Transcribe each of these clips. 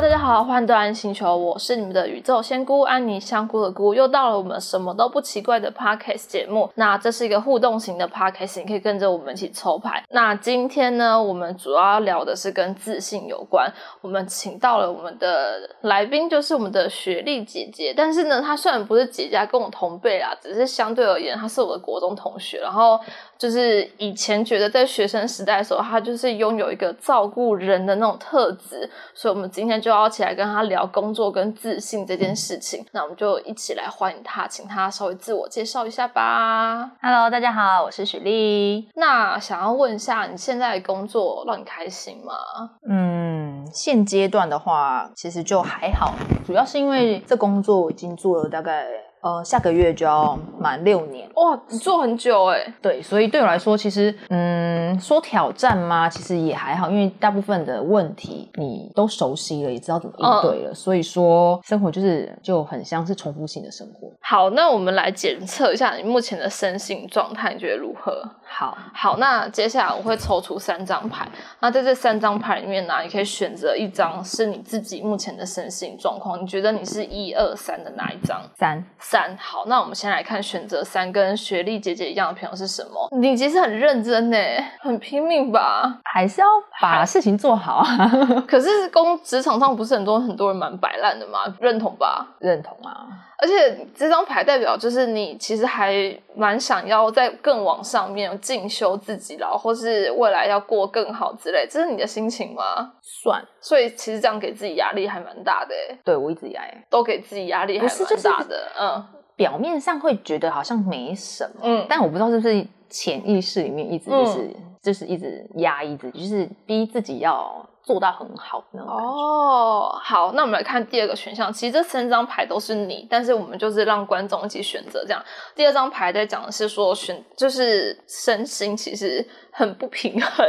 大家好，欢迎来到安星球，我是你们的宇宙仙姑安妮香菇的菇，又到了我们什么都不奇怪的 podcast 节目。那这是一个互动型的 podcast， 你可以跟着我们一起抽牌。那今天呢，我们主要要聊的是跟自信有关。我们请到了我们的来宾，就是我们的雪莉姐姐。但是呢，她虽然不是姐姐，跟我同辈啦，只是相对而言，她是我的国中同学。然后就是以前觉得在学生时代的时候，她就是拥有一个照顾人的那种特质，所以我们今天就要一起来跟她聊工作跟自信这件事情。那我们就一起来欢迎她，请她稍微自我介绍一下吧。 Hello， 大家好，我是雪莉。 那想要问一下，你现在的工作让你开心吗？ 现阶段的话，其实就还好，主要是因为这工作我已经做了大概下个月就要满6年。 哇，你做很久欸。 对，所以对我来说，其实说挑战吗？其实也还好，因为大部分的问题你都熟悉了，也知道怎么应对了，所以说生活就很像是重复性的生活。 好，那我们来检测一下你目前的身心状态，你觉得如何？好，那接下来我会抽出3张牌，那在这3张牌里面呢，你可以选择一张是你自己目前的身心状况，你觉得你是1、2、3的哪一张？3。好，那我们先来看选择3跟雪莉姐姐一样的朋友是什么。你其实很认真耶，很拼命吧， 还是要把事情做好啊。 可是职场上不是很多人蛮摆烂的吗？认同吧？ 认同啊。 而且这张牌代表就是你其实还蛮想要在更往上面进修自己啦，或是未来要过更好之类，这是你的心情吗？ 算。 所以其实这样给自己压力还蛮大的耶。 对，我一直以来都给自己压力还蛮大的。 表面上会觉得好像没什么，但我不知道是不是潜意识里面一直就是一直压抑自己，就是逼自己要做到很好的那种感觉。 好，那我们来看第2个选项。其实这3张牌都是你，但是我们就是让观众一起选择这样。第2张牌在讲的是说就是身心其实很不平衡。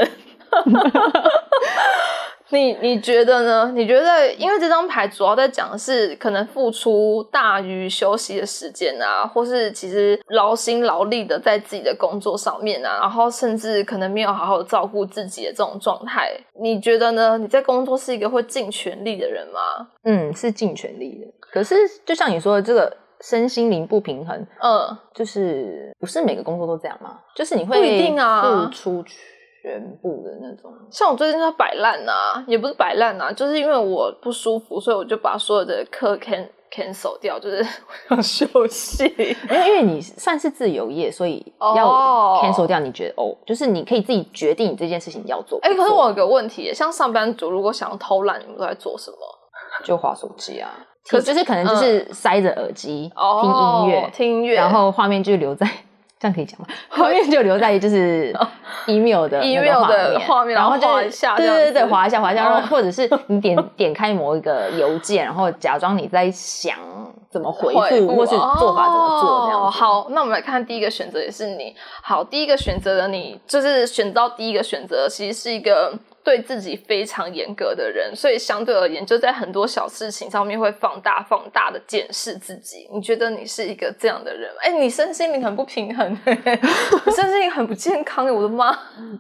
你觉得呢？你觉得因为这张牌主要在讲的是可能付出大于休息的时间啊，或是其实劳心劳力的在自己的工作上面啊，然后甚至可能没有好好的照顾自己的这种状态，你觉得呢？你在工作是一个会尽全力的人吗？ 是尽全力的。可是就像你说的这个身心灵不平衡，就是不是每个工作都这样吗？就是你会不一定啊， 付出全部的那种。 像我最近在摆烂啊，也不是摆烂啊，就是因为我不舒服，所以我就把所有的课 cancel 掉，就是要休息。 因为你算是自由业，所以要 cancel 掉。你觉得就是你可以自己决定你这件事情要做。 可是我有个问题，像上班族如果想要偷懒，你们都在做什么？ 就滑手机啊。可能就是塞着耳机听音乐，然后画面就留在。这样可以讲吗？画面就留在就是 email 的画面， 然后就滑一下， 对，滑一下，然后或者是你点开某一个邮件，然后假装你在想怎么回复，或是做法怎么做这样子。 好，那我们来看第1个选择也是你。好，第1个选择的你就是选到第1个选择，其实是一个对自己非常严格的人，所以相对而言就在很多小事情上面会放大的检视自己。你觉得你是一个这样的人吗？你身心灵很不平衡你身心灵很不健康我的妈。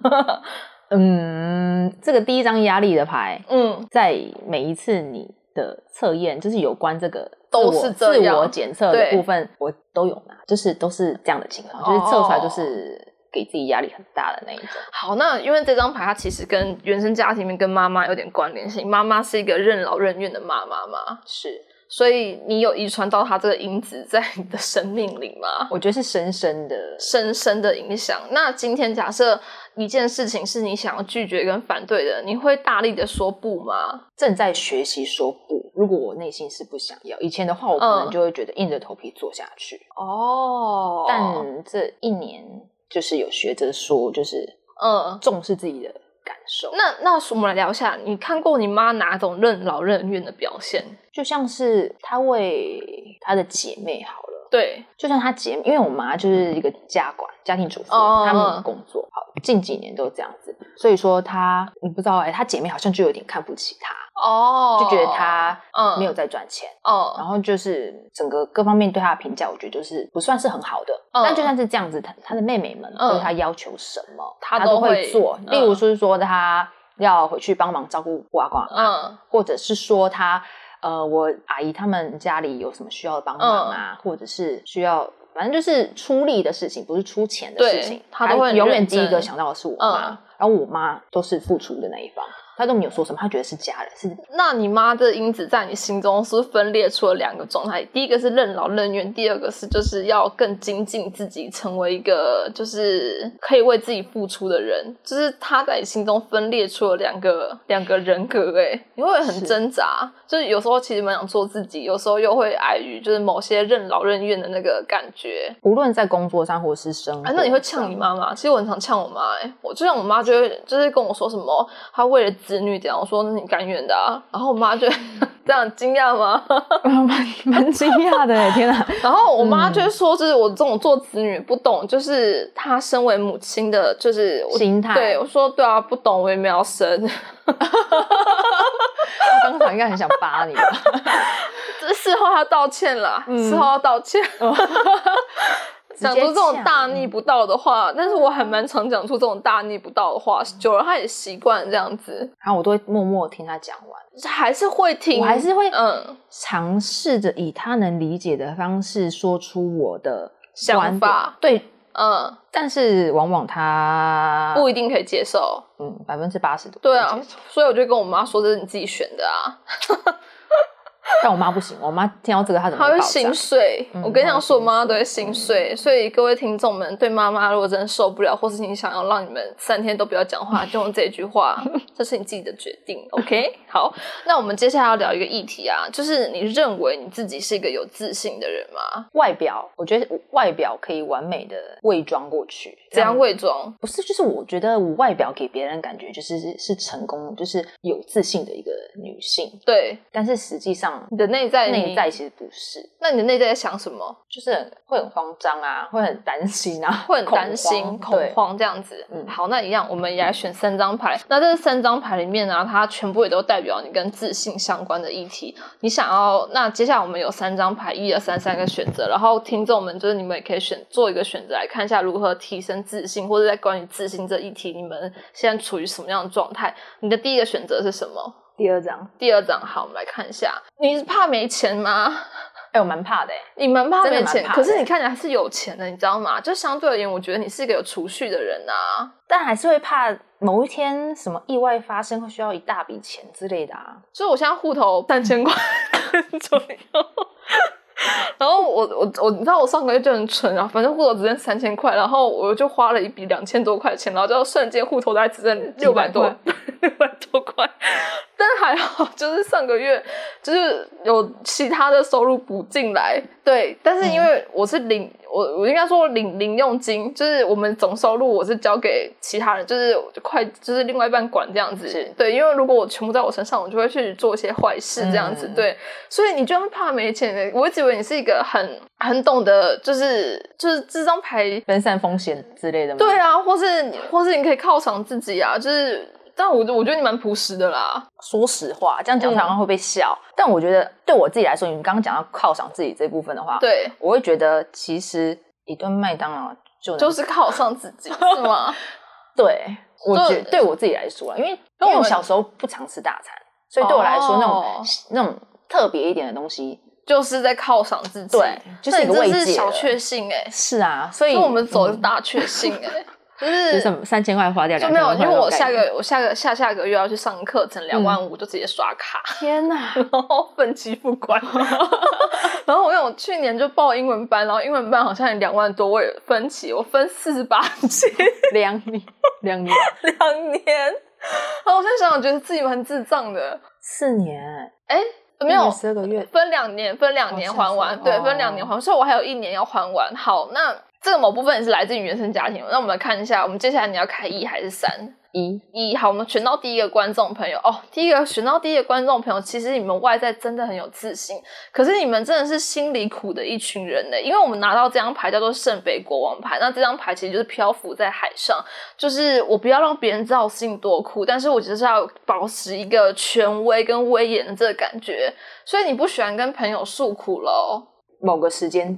这个第1张压力的牌，在每一次你的测验就是有关这个都是这样自我检测的部分，我都有拿，就是都是这样的情况，就是测出来就是给自己压力很大的那一种。 好，那因为这张牌它其实跟原生家庭跟妈妈有点关联性，妈妈是一个任劳任怨的妈妈吗？ 是。 所以你有遗传到它这个因子在你的生命里吗？ 我觉得是深深的影响。那今天假设一件事情是你想要拒绝跟反对的，你会大力的说不吗？ 正在学习说不，如果我内心是不想要，以前的话我可能就会觉得硬着头皮做下去。但这1年就是有学着说，就是重视自己的感受。 那我们来聊一下，你看过你妈哪种任劳任怨的表现？ 就像是她为她的姐妹好了， 对， 就像她姐妹，因为我妈就是一个家庭主妇，她们工作好近几年都这样子，所以说你不知道她姐妹好像就有点看不起她，就觉得她没有在赚钱，然后就是整个各方面对她的评价，我觉得就是不算是很好的。但就算是这样子，她的妹妹们对她要求什么，她都会做。例如说她要回去帮忙照顾我阿公阿嬷，或者是说他我阿姨他们家里有什么需要帮忙啊，或者是需要反正就是出力的事情，不是出钱的事情， 他都会永远第一个想到的是我妈，然后我妈都是付出的那一方，他都没有说什么，他觉得是家人。是那你妈的因子在你心中是不是分裂出了2个状态？第一个是任劳任怨，第二个是就是要更精进自己，成为一个就是可以为自己付出的人。就是他在你心中分裂出了两个人格，你会很挣扎。就是有时候其实蛮想做自己，有时候又会碍于就是某些任劳任怨的那个感觉。 无论在工作上或是生活， 那你会呛你妈妈？其实我很常呛我妈，我就像我妈就会就是跟我说什么，她为了子女这样，我说那你甘愿的啊，然后我妈就这样惊讶吗？ 蛮惊讶的天哪！ 然后我妈就会说，就是我这种做子女不懂，就是她身为母亲的，就是心态。 对我说，对啊，不懂我也没有生。 我当场应该很想扒你吧？ 事后她道歉啦，事后要道歉。讲出这种大逆不道的话，但是我还蛮常讲出这种大逆不道的话，久了他也习惯了这样子， 然后我都会默默听他讲完， 还是会听， 我还是会尝试着以他能理解的方式说出我的想法， 对，但是往往他不一定可以接受 ，80%都对啊，所以我就跟我妈说，这是你自己选的啊。 但我妈不行，我妈听到这个她怎么会心碎。我跟你讲，说我妈都会心碎。所以各位听众们，对妈妈如果真的受不了，或是你想要让你们3天都不要讲话，就用这句话，这是你自己的决定。OK， 好，那我们接下来要聊一个议题啊，就是你认为你自己是一个有自信的人吗？ 外表，我觉得外表可以完美的伪装过去。 怎样伪装？ 不是，就是我觉得我外表给别人感觉是成功，就是有自信的一个女性。 对， 但是实际上你的内在其实不是。 那你的内在在想什么？ 就是会很慌张啊，会很担心啊， 会很担心恐慌这样子。好，那一样我们也来选3张牌。那这3张牌里面呢，它全部也都代表你跟自信相关的议题。你想要，那接下来我们有3张牌，1、2、3，三个选择，然后听众们就是你们也可以做一个选择来看一下如何提升自信，或者在关于自信这议题你们现在处于什么样的状态。你的第一个选择是什么？ 第二张。 好，我们来看一下。你是怕没钱吗？ 我蛮怕的你蛮怕没钱，可是你看起来是有钱的，你知道吗？就相对而言，我觉得你是一个有储蓄的人啊， 但还是会怕某一天什么意外发生，会需要一大笔钱之类的啊。 所以我现在户头3000块左右。然后我你知道我上个月就很蠢啊，反正户头只剩3000块，然后我就花了一笔2000多块钱，然后就瞬间户头大概只剩600多块，但还好就是上个月就是有其他的收入补进来，对，但是因为我是我应该说零用金，就是我们总收入我是交给其他人，就是另外一半管这样子，对，因为如果我全部在我身上，我就会去做一些坏事这样子，对，所以你就会怕没钱的。我一直以为你是一个很懂得，就是这张牌分散风险之类的吗？ 对啊，或是你可以犒赏自己啊，就是。但我觉得你蛮朴实的啦。 说实话，这样讲好像会被笑，但我觉得对我自己来说，你刚刚讲到犒赏自己这部分的话， 对， 我会觉得其实一顿麦当劳就是犒赏自己，是吗？ 对，我觉得对我自己来说，因为我小时候不常吃大餐，所以对我来说，那种特别一点的东西， 就是在犒赏自己， 对，就是一个慰藉， 是小确幸是啊，所以我们走的是大确幸就是什么3000块花掉就没有，因为我下个月要去上课程25000，就直接刷卡。 天哪！ 然后分期付款。然后我去年就报英文班，然后英文班好像也2万多，我也分期，我分48期 2年。 然后我现在想想，觉得自己蛮智障的。 4年？ 没有 12个月， 分2年还完，对，分2年还完，所以我还有1年要还完。好，那这个某部分也是来自于原生家庭。那我们来看一下，我们接下来你要开1还是3？一。好，我们选到第一个观众朋友选到第一个观众朋友，其实你们外在真的很有自信，可是你们真的是心里苦的一群人呢。因为我们拿到这张牌叫做圣杯国王牌，那这张牌其实就是漂浮在海上，就是我不要让别人知道我心里多苦，但是我就是要保持一个权威跟威严的这个感觉，所以你不喜欢跟朋友诉苦咯。 某个时间点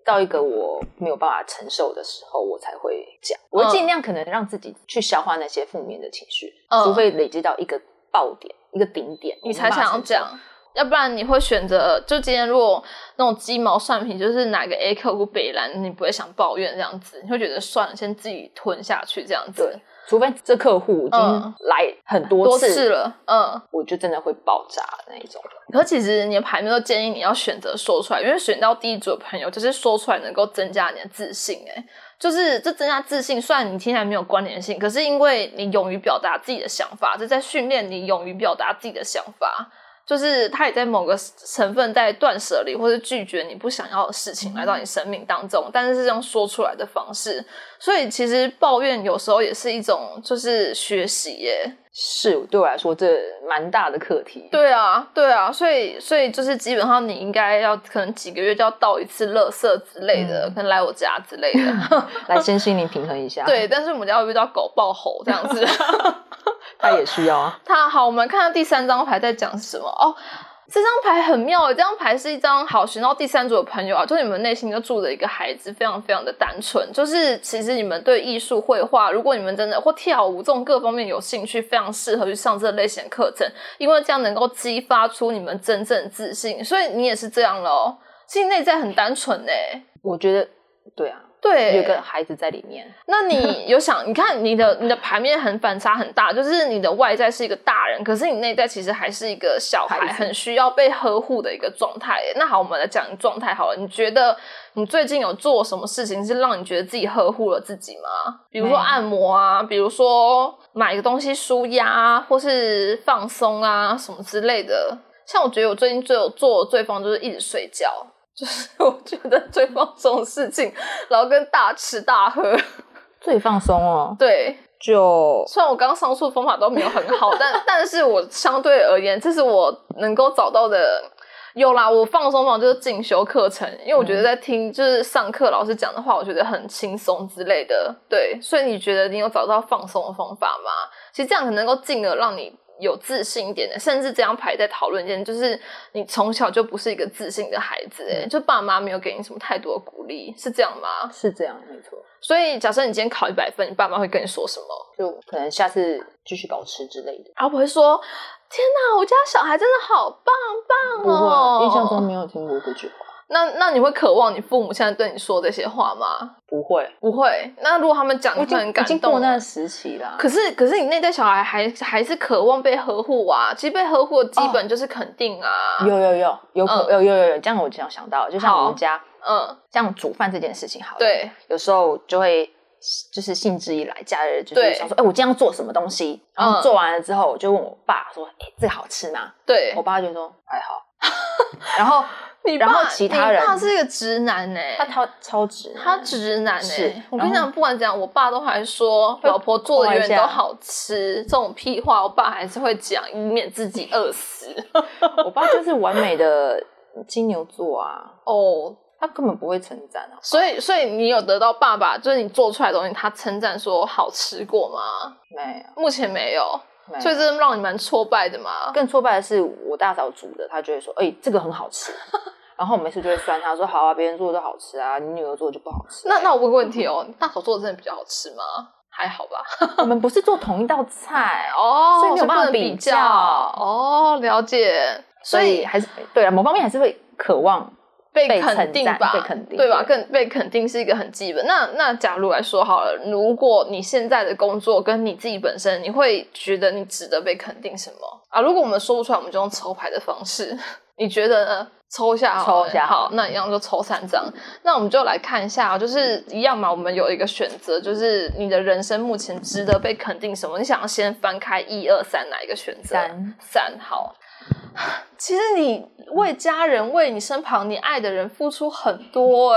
到一个我没有办法承受的时候我才会讲，我会尽量可能让自己去消化那些负面的情绪，除非累积到一个爆点一个顶点你才想要讲，要不然你会选择就今天如果那种鸡毛蒜皮就是哪个 A 客户北兰你不会想抱怨这样子，你会觉得算了先自己吞下去这样子。 对，除非这客户已经来很多次了我就真的会爆炸的那一种。 可其实你的牌面都建议你要选择说出来，因为选到第一组的朋友就是说出来能够增加你的自信就是这增加自信，虽然你听起来没有关联性，可是因为你勇于表达自己的想法，这在训练你勇于表达自己的想法，就是他也在某个成分在断舍离或是拒绝你不想要的事情来到你生命当中，但是是用说出来的方式，所以其实抱怨有时候也是一种就是学习耶。 是对我来说这蛮大的课题。 对啊对啊，所以就是基本上你应该要可能几个月就要倒一次垃圾之类的可能来我家之类的来先心灵平衡一下。 对，但是我们家会遇到狗爆吼这样子他也需要啊。 好，我们看到第3张牌在讲什么这张牌很妙这张牌是一张好选到第3组的朋友就你们内心就住着一个孩子，非常非常的单纯，就是其实你们对艺术绘画，如果你们真的或跳舞这种各方面有兴趣，非常适合去上这类型的课程，因为这样能够激发出你们真正的自信，所以你也是这样咯，其实内在很单纯我觉得对啊， 对， 有个孩子在里面。 那你有想你看你的牌面很反差很大，就是你的外在是一个大人，可是你内在其实还是一个小孩，很需要被呵护的一个状态。那好，我们来讲状态好了，你觉得你最近有做什么事情是让你觉得自己呵护了自己吗？比如说按摩啊，比如说买个东西舒压啊，或是放松啊什么之类的。像我觉得我最近最有做的最放就是一直睡觉，就是我觉得最放松的事情，然后跟大吃大喝。 最放松对， 就虽然我刚刚上述的方法都没有很好，但是我相对而言，这是我能够找到的。有啦，我放松方法就是进修课程，因为我觉得在听就是上课老师讲的话，我觉得很轻松之类的。对，所以你觉得你有找到放松的方法吗？其实这样可能够进而让你有自信一点的，甚至这样牌在讨论一件，就是你从小就不是一个自信的孩子就爸妈没有给你什么太多的鼓励，是这样吗？ 是这样，没错。 所以假设你今天考100分，你爸妈会跟你说什么？ 就可能下次继续保持之类的。 然后我会说天哪，我家小孩真的好棒不会，印象中没有听过这句话。 那你会渴望你父母现在对你说这些话吗？ 不会。 那如果他们讲你会很感动， 已经过那个时期啦。 可是你内在小孩还是渴望被呵护啊。其实被呵护的基本就是肯定啊。 有，这样我这样想到，就像我们家这样煮饭这件事情好了。 对， 有时候就会就是兴致一来，假日就是想说我今天要做什么东西，然后做完了之后我就问我爸说这个好吃吗？ 对， 我爸就说还好然后其他人， 你爸是一个直男他超直男， 他直男是我跟你讲，不管怎样，我爸都还说老婆做的永远都好吃，这种屁话我爸还是会讲，以免自己饿死。 我爸就是完美的金牛座啊。他根本不会称赞所以你有得到爸爸就是你做出来的东西他称赞说好吃过吗？ 没有， 目前没有。所以这让你蛮挫败的嘛？ 更挫败的是我大嫂煮的，他就会说这个很好吃然后我每次就会酸他说好啊，别人做的都好吃啊，你女儿做的就不好吃。 那我问个问题大嫂做的真的比较好吃吗？还好吧我们不是做同一道菜所以没有办法比较了解。 所以还是对了，某方面还是会渴望被肯定吧， 被肯定， 对吧？更被肯定是一个很基本。那假如来说好了，如果你现在的工作跟你自己本身，你会觉得你值得被肯定什么啊？如果我们说不出来，我们就用抽牌的方式。你觉得呢？抽一下好，那一样就抽3张。那我们就来看一下就是一样嘛，我们有一个选择，就是你的人生目前值得被肯定什么？你想要先翻开1、2、3哪一个选择？3好。其实你为家人为你身旁你爱的人付出很多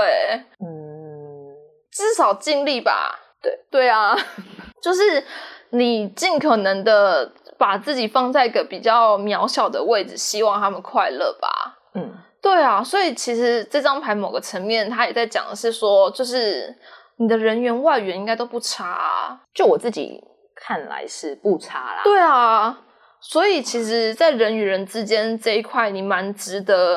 至少尽力吧。对啊就是你尽可能的把自己放在一个比较渺小的位置，希望他们快乐吧。对啊，所以其实这张牌某个层面他也在讲的是说，就是你的人缘外缘应该都不差就我自己看来是不差啦。 对啊，所以其实在人与人之间这一块你蛮值得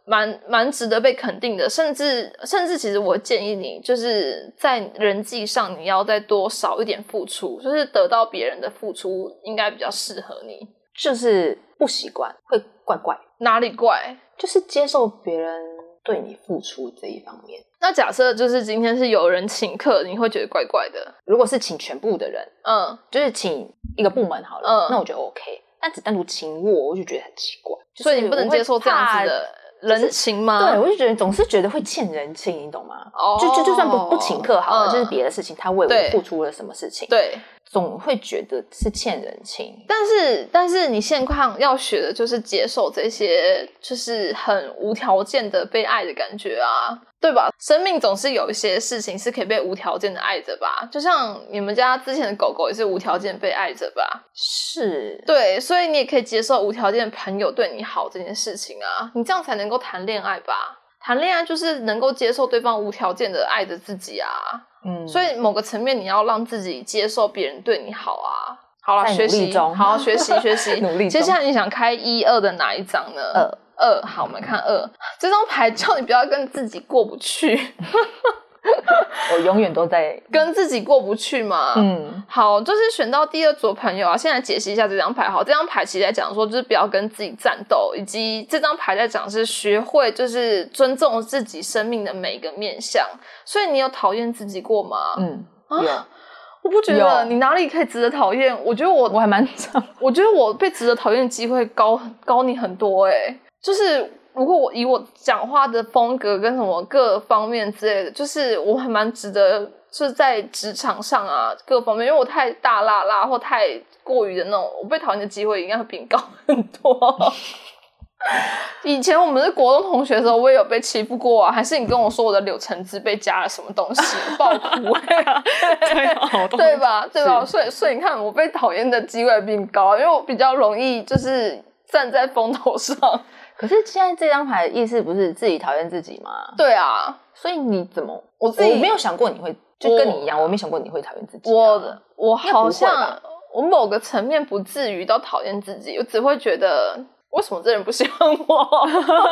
蛮值得被肯定的，甚至其实我建议你就是在人际上你要再多少一点付出，就是得到别人的付出应该比较适合你。 就是不习惯，会怪怪。 哪里怪？ 就是接受别人对你付出这一方面。 那假设就是今天是有人请客，你会觉得怪怪的？ 如果是请全部的人，就是请一个部门好了，那我觉得 OK。但只单独请我就觉得很奇怪， 所以你不能接受这样子的人情吗？ 对，我就觉得总是觉得会欠人情，你懂吗？就算不请客好了，就是别的事情，他为我付出了什么事情， 对， 总会觉得是欠人情。 但是你现况要学的就是接受这些，就是很无条件的被爱的感觉啊。对吧？生命总是有一些事情是可以被无条件的爱着吧，就像你们家之前的狗狗也是无条件被爱着吧。 是， 对，所以你也可以接受无条件朋友对你好这件事情啊，你这样才能够谈恋爱吧。谈恋爱就是能够接受对方无条件的爱着自己啊。所以某个层面你要让自己接受别人对你好啊。好啦，学习，好学习努力中。 接下来你想开1、2的哪一张呢？2，好，我们看2这张牌，叫你不要跟自己过不去。 我永远都在跟自己过不去嘛。好，就是选到第2组朋友啊，现在解析一下这张牌。好，这张牌其实在讲说，就是不要跟自己战斗，以及这张牌在讲是学会就是尊重自己生命的每一个面向。所以你有讨厌自己过吗？ 有。 我不觉得你哪里可以值得讨厌，我觉得我还蛮长， 我觉得我被值得讨厌的机会高你很多就是如果我以我讲话的风格跟什么各方面之类的，就是我还蛮值得，就是在职场上啊各方面，因为我太大辣辣或太过于的那种，我被讨厌的机会应该会比你高很多。以前我们是国中同学的时候，我也有被欺负过啊，还是你跟我说我的柳橙汁被加了什么东西，爆哭对吧？对吧？所以你看，我被讨厌的机会比你高，因为我比较容易就是站在风头上。 可是现在这张牌的意思不是自己讨厌自己吗？ 对啊， 所以你怎么？ 我没有想过你会就跟你一样，我没想过你会讨厌自己。 我好像我某个层面不至于到讨厌自己，我只会觉得为什么这人不喜欢我？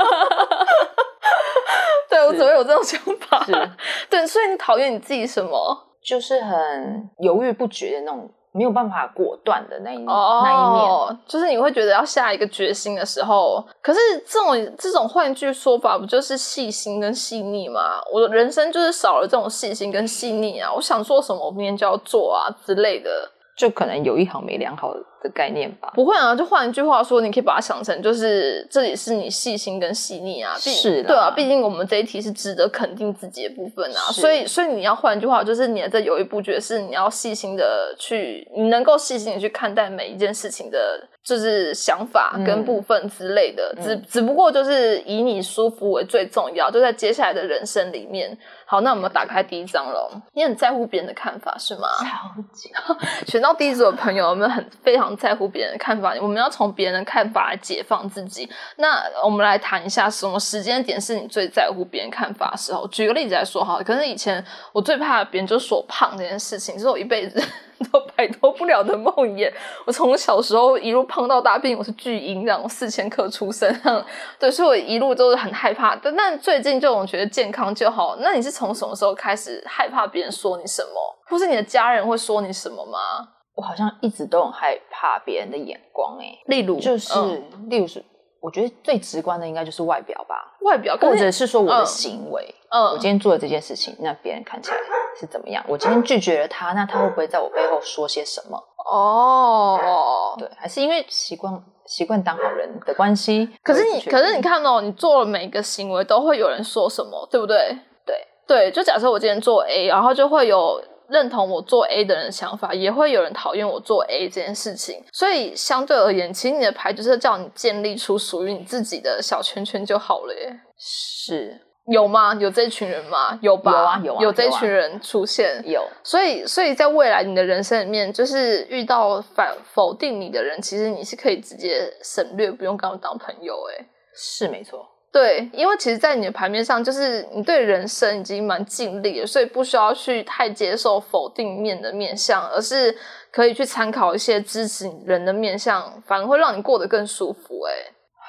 对，我只会有这种想法。对，所以你讨厌你自己什么？ 就是很犹豫不决的那种。没有办法果断的那一面， 就是你会觉得要下一个决心的时候，可是这种换句说法，不就是细心跟细腻吗？我的人生就是少了这种细心跟细腻啊！我想做什么，我明天就要做啊之类的， 就可能有一好没两好的概念吧。 不会啊，就换一句话说，你可以把它想成就是这里是你细心跟细腻啊， 是的， 对啊，毕竟我们这一题是值得肯定自己的部分啊，所以你要换一句话，就是你的这犹豫不决是你要细心的去，你能够细心的去看待每一件事情的，就是想法跟部分之类的，只不过就是以你舒服为最重要，就在接下来的人生里面。好，那我们打开第1张了。你很在乎别人的看法是吗？ 超级。 选到第1组的朋友，我们非常在乎别人的看法，我们要从别人的看法来解放自己。那我们来谈一下，什么时间点是你最在乎别人看法的时候？举个例子来说好了，可是以前我最怕别人就说我胖这件事情，这是我一辈子都摆脱不了的梦魇。我从小时候一路胖到大，毕竟我是巨婴，这样我4000克出生，对，所以我一路都是很害怕。但最近就我觉得健康就好。那你是从什么时候开始害怕别人说你什么，或是你的家人会说你什么吗？ 我好像一直都很害怕别人的眼光例如例如是我觉得最直观的应该就是外表吧， 外表或者是说我的行为。我今天做了这件事情，那别人看起来是怎么样？我今天拒绝了他，那他会不会在我背后说些什么？对，还是因为习惯当好人的关系。 可是你看你做了每一个行为都会有人说什么，对不对？对，就假设我今天做 A， 然后就会有认同我做 A 的人的想法，也会有人讨厌我做 A 这件事情。所以相对而言，其实你的牌就是叫你建立出属于你自己的小圈圈就好了耶。 是。 有吗？有这群人吗？有吧？有这群人出现。 有。所以在未来你的人生里面，就是遇到否定你的人，其实你是可以直接省略，不用跟他们当朋友。 是没错。 对，因为其实在你的牌面上，就是你对人生已经蛮尽力了，所以不需要去太接受否定面的面向，而是可以去参考一些支持人的面向，反而会让你过得更舒服。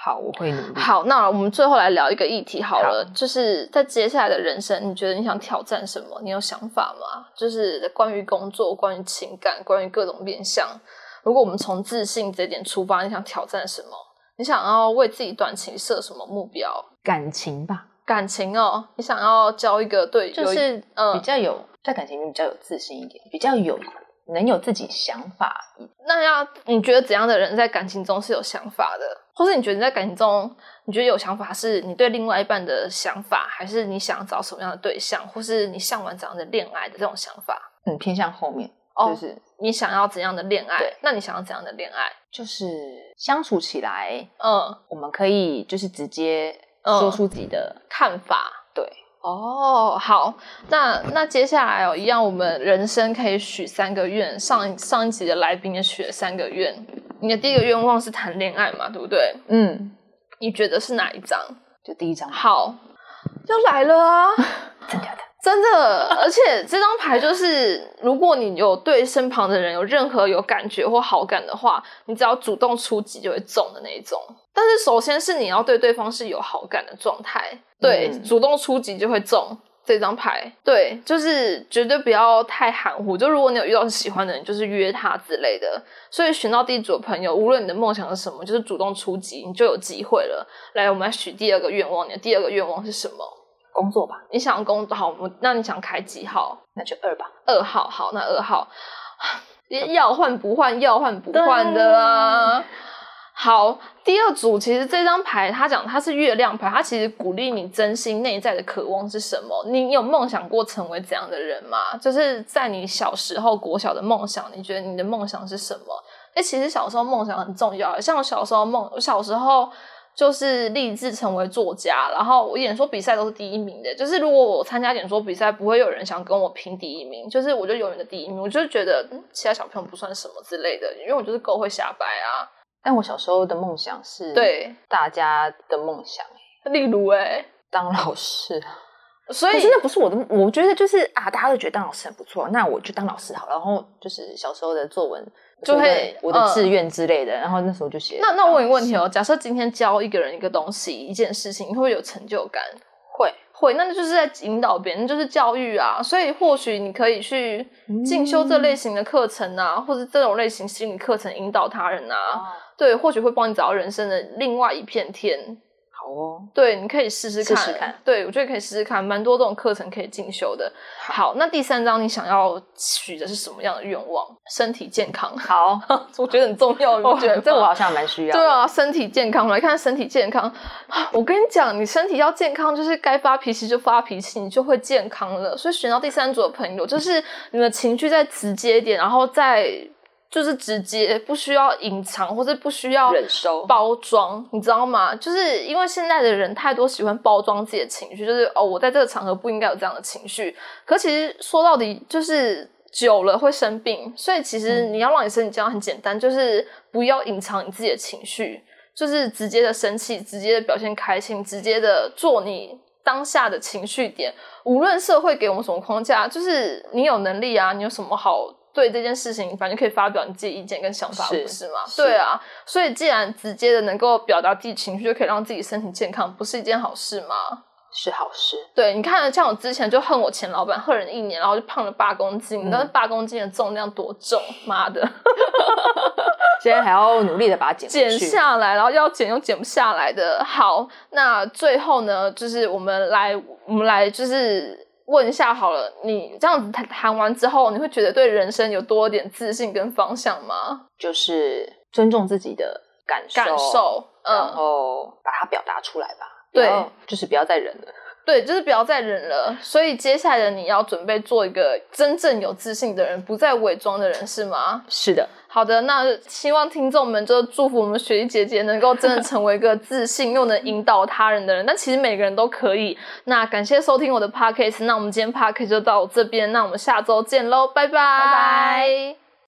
好，我会努力。 好，那我们最后来聊一个议题好了，就是在接下来的人生，你觉得你想挑战什么？你有想法吗？就是关于工作、关于情感、关于各种面向。如果我们从自信这点出发，你想挑战什么？你想要为自己短期设什么目标？ 感情吧。 感情哦，你想要交一个对， 就是比较有在感情里面比较有自信一点，比较能有自己想法。 那你觉得怎样的人在感情中是有想法的？或是你觉得你在感情中，你觉得有想法是你对另外一半的想法，还是你想找什么样的对象，或是你向往怎样的恋爱的这种想法？ 偏向后面，就是你想要怎样的恋爱？那你想要怎样的恋爱？ 就是相处起来，我们可以就是直接说出自己的看法。 对。 好，那接下来一样，我们人生可以许3个愿。上一集的来宾也许了3个愿。你的第一个愿望是谈恋爱嘛，对不对？你觉得是哪一张？ 就第一张。 好，要来了啊！ 真的假的？ 真的，而且这张牌就是，如果你有对身旁的人有任何有感觉或好感的话，你只要主动出击就会中的那一种。但是首先是你要对对方是有好感的状态，对，主动出击就会中这张牌。对，就是绝对不要太含糊，就如果你有遇到喜欢的人，就是约他之类的。所以选到第一组的朋友，无论你的梦想是什么，就是主动出击，你就有机会了。来，我们来许第二个愿望，你的第二个愿望是什么？ 工作吧。 你想工作好，那你想开几号？ 那就2吧。 2号。好，那2号要换不换，要换不换的啊。好，第二组其实这张牌它讲它是月亮牌，它其实鼓励你真心内在的渴望是什么。你有梦想过成为怎样的人吗？就是在你小时候国小的梦想，你觉得你的梦想是什么？其实小时候梦想很重要，像我小时候就是立志成为作家，然后我演说比赛都是第1名的。就是如果我参加演说比赛，不会有人想跟我拼第1名，就是我就永远的第1名。我就是觉得其他小朋友不算什么之类的，因为我就是够会瞎掰啊。 但我小时候的梦想是对大家的梦想， 例如当老师。 所以可是那不是我的，我觉得就是大家都觉得当老师很不错，那我就当老师好了。然后就是小时候的作文就会我的志愿之类的，然后那时候就写。 那我问你问题假设今天教一个人一个东西一件事情，你会不会有成就感？会，那就是在引导别人，就是教育啊。所以或许你可以去进修这类型的课程啊，或者这种类型心理课程引导他人啊。对，或许会帮你找到人生的另外一片天。 好哦， 对，你可以试试看。对，我觉得可以试试看，蛮多这种课程可以进修的。好，那第3张你想要许的是什么样的愿望？身体健康。 好， 我觉得很重要，你不觉得？ 这我好像蛮需要的。 对啊，身体健康，我们来看身体健康。我跟你讲，你身体要健康，就是该发脾气就发脾气，你就会健康了。所以选到第3组的朋友，就是你的情绪再直接一点，然后再就是直接，不需要隐藏或者不需要忍受包装，你知道吗？就是因为现在的人太多喜欢包装自己的情绪，就是我在这个场合不应该有这样的情绪。可其实说到底就是久了会生病，所以其实你要让你身体健康很简单，就是不要隐藏你自己的情绪，就是直接的生气，直接的表现开心，直接的做你当下的情绪点。无论社会给我们什么框架，就是你有能力啊，你有什么好对这件事情反正可以发表你自己意见跟想法，不是吗？对啊，所以既然直接的能够表达自己情绪，就可以让自己身体健康，不是一件好事吗？ 是好事。 对，你看像我之前就恨我前老板，恨人1年，然后就胖了8公斤，但是8公斤的重量多重，妈的现在还要努力的把它减下来，然后要减又减不下来的。好，那最后呢，就是我们来就是问一下好了，你这样子谈完之后，你会觉得对人生有多一点自信跟方向吗？ 就是尊重自己的感受，然后把它表达出来吧。对，就是不要再忍了。 对，就是不要再忍了。所以接下来的你要准备做一个真正有自信的人，不再伪装的人，是吗？ 是的。 好的，那希望听众们就祝福我们雪莉姐姐能够真的成为一个自信又能引导他人的人。但其实每个人都可以。那感谢收听我的 podcast， 那我们今天 podcast 就到这边，那我们下周见咯，拜拜。